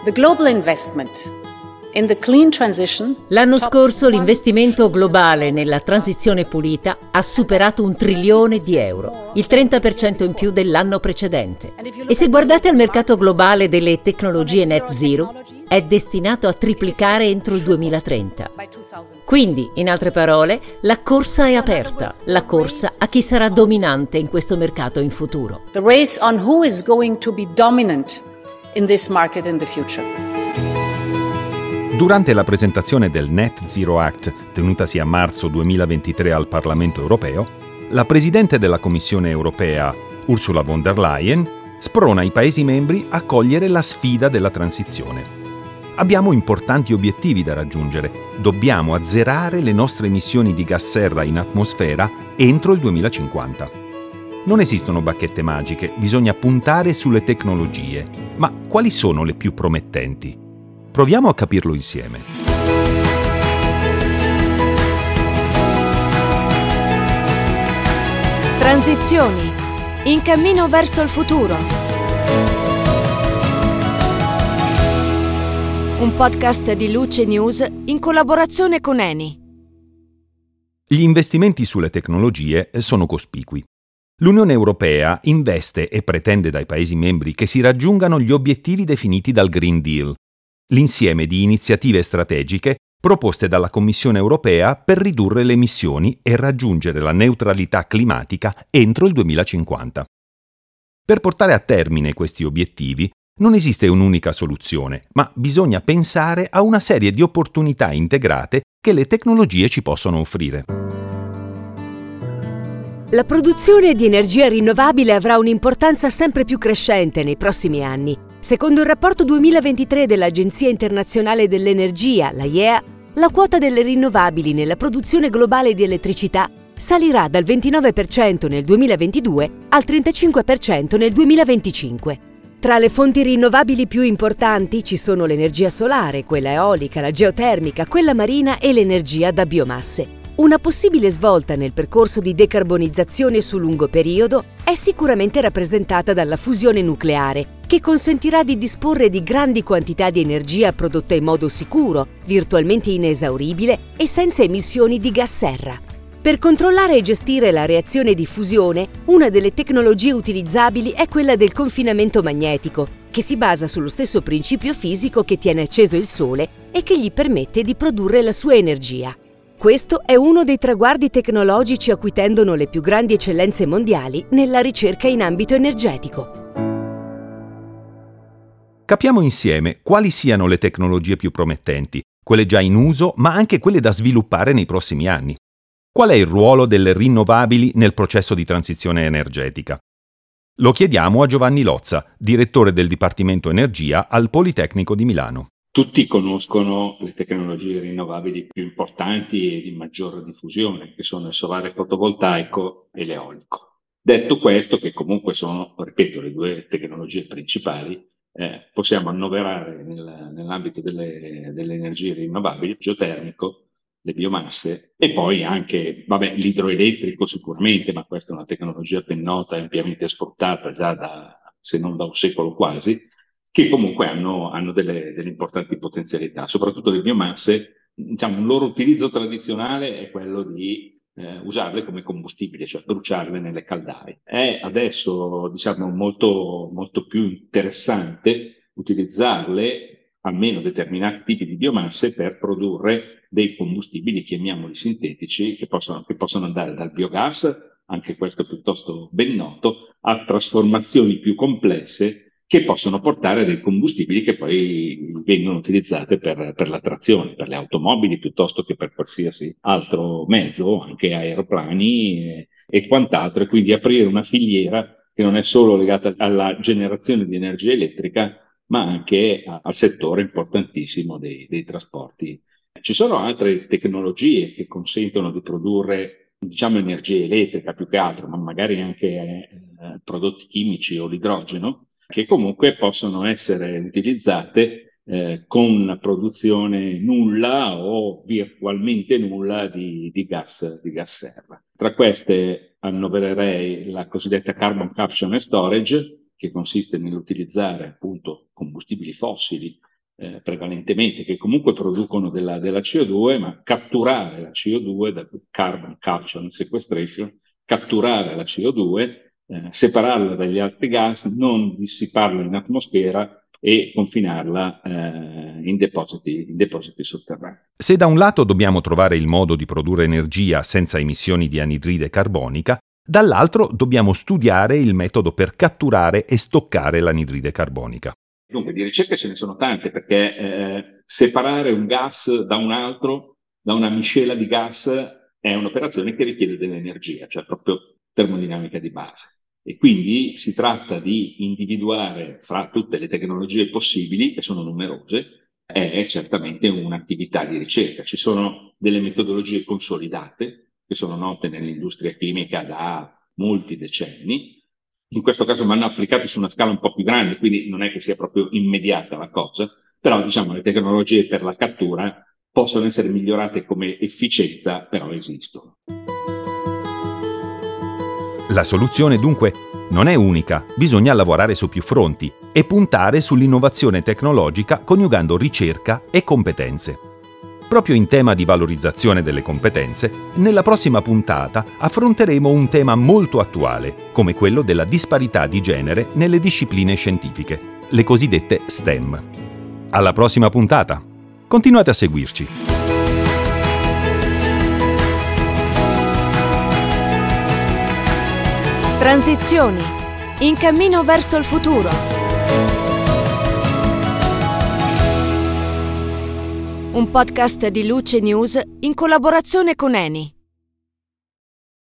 The global investment in the clean transition. L'anno scorso l'investimento globale nella transizione pulita ha superato €1 trilione, il 30% in più dell'anno precedente. E se guardate al mercato globale delle tecnologie net zero, è destinato a triplicare entro il 2030. Quindi, in altre parole, la corsa è aperta, la corsa a chi sarà dominante in questo mercato in futuro. The race on who is going to be dominant in this market in the future. Durante la presentazione del Net Zero Act, tenutasi a marzo 2023 al Parlamento europeo, la Presidente della Commissione europea, Ursula von der Leyen, sprona i Paesi membri a cogliere la sfida della transizione. Abbiamo importanti obiettivi da raggiungere. Dobbiamo azzerare le nostre emissioni di gas serra in atmosfera entro il 2050. Non esistono bacchette magiche, bisogna puntare sulle tecnologie. Ma quali sono le più promettenti? Proviamo a capirlo insieme. Transizioni. In cammino verso il futuro. Un podcast di Luce News in collaborazione con Eni. Gli investimenti sulle tecnologie sono cospicui. L'Unione Europea investe e pretende dai Paesi membri che si raggiungano gli obiettivi definiti dal Green Deal, l'insieme di iniziative strategiche proposte dalla Commissione europea per ridurre le emissioni e raggiungere la neutralità climatica entro il 2050. Per portare a termine questi obiettivi non esiste un'unica soluzione, ma bisogna pensare a una serie di opportunità integrate che le tecnologie ci possono offrire. La produzione di energia rinnovabile avrà un'importanza sempre più crescente nei prossimi anni. Secondo il rapporto 2023 dell'Agenzia Internazionale dell'Energia, l'AIEA, la quota delle rinnovabili nella produzione globale di elettricità salirà dal 29% nel 2022 al 35% nel 2025. Tra le fonti rinnovabili più importanti ci sono l'energia solare, quella eolica, la geotermica, quella marina e l'energia da biomasse. Una possibile svolta nel percorso di decarbonizzazione su lungo periodo è sicuramente rappresentata dalla fusione nucleare, che consentirà di disporre di grandi quantità di energia prodotta in modo sicuro, virtualmente inesauribile e senza emissioni di gas serra. Per controllare e gestire la reazione di fusione, una delle tecnologie utilizzabili è quella del confinamento magnetico, che si basa sullo stesso principio fisico che tiene acceso il Sole e che gli permette di produrre la sua energia. Questo è uno dei traguardi tecnologici a cui tendono le più grandi eccellenze mondiali nella ricerca in ambito energetico. Capiamo insieme quali siano le tecnologie più promettenti, quelle già in uso, ma anche quelle da sviluppare nei prossimi anni. Qual è il ruolo delle rinnovabili nel processo di transizione energetica? Lo chiediamo a Giovanni Lozza, direttore del Dipartimento Energia al Politecnico di Milano. Tutti conoscono le tecnologie rinnovabili più importanti e di maggior diffusione, che sono il solare fotovoltaico e l'eolico. Detto questo, che comunque sono, ripeto, le due tecnologie principali, possiamo annoverare nell'ambito delle energie rinnovabili il geotermico, le biomasse e poi anche, l'idroelettrico sicuramente, ma questa è una tecnologia ben nota e ampiamente sfruttata già se non da un secolo quasi, che comunque hanno delle importanti potenzialità. Soprattutto le biomasse, diciamo, un loro utilizzo tradizionale è quello di usarle come combustibile, cioè bruciarle nelle caldaie. È adesso, diciamo, molto, molto più interessante utilizzarle, almeno determinati tipi di biomasse, per produrre dei combustibili, chiamiamoli sintetici, che possono andare dal biogas, anche questo piuttosto ben noto, a trasformazioni più complesse che possono portare a dei combustibili che poi vengono utilizzati per la trazione, per le automobili piuttosto che per qualsiasi altro mezzo, anche aeroplani e quant'altro, e quindi aprire una filiera che non è solo legata alla generazione di energia elettrica, ma anche al settore importantissimo dei trasporti. Ci sono altre tecnologie che consentono di produrre, diciamo, energia elettrica più che altro, ma magari anche prodotti chimici o l'idrogeno, che comunque possono essere utilizzate con produzione nulla o virtualmente nulla di gas serra. Tra queste annovererei la cosiddetta carbon capture and storage, che consiste nell'utilizzare appunto combustibili fossili prevalentemente, che comunque producono della CO2, ma catturare la CO2 da carbon capture and sequestration, catturare la CO2, separarla dagli altri gas, non dissiparla in atmosfera e confinarla in depositi sotterranei. Se da un lato dobbiamo trovare il modo di produrre energia senza emissioni di anidride carbonica, dall'altro dobbiamo studiare il metodo per catturare e stoccare l'anidride carbonica. Dunque, di ricerche ce ne sono tante, perché separare un gas da un altro, da una miscela di gas, è un'operazione che richiede dell'energia, cioè proprio termodinamica di base. E quindi si tratta di individuare fra tutte le tecnologie possibili, che sono numerose, è certamente un'attività di ricerca. Ci sono delle metodologie consolidate, che sono note nell'industria chimica da molti decenni. In questo caso vanno applicate su una scala un po' più grande, quindi non è che sia proprio immediata la cosa, però diciamo le tecnologie per la cattura possono essere migliorate come efficienza, però esistono. La soluzione dunque non è unica, bisogna lavorare su più fronti e puntare sull'innovazione tecnologica coniugando ricerca e competenze. Proprio in tema di valorizzazione delle competenze, nella prossima puntata affronteremo un tema molto attuale, come quello della disparità di genere nelle discipline scientifiche, le cosiddette STEM. Alla prossima puntata! Continuate a seguirci! Transizioni. In cammino verso il futuro. Un podcast di Luce News in collaborazione con Eni.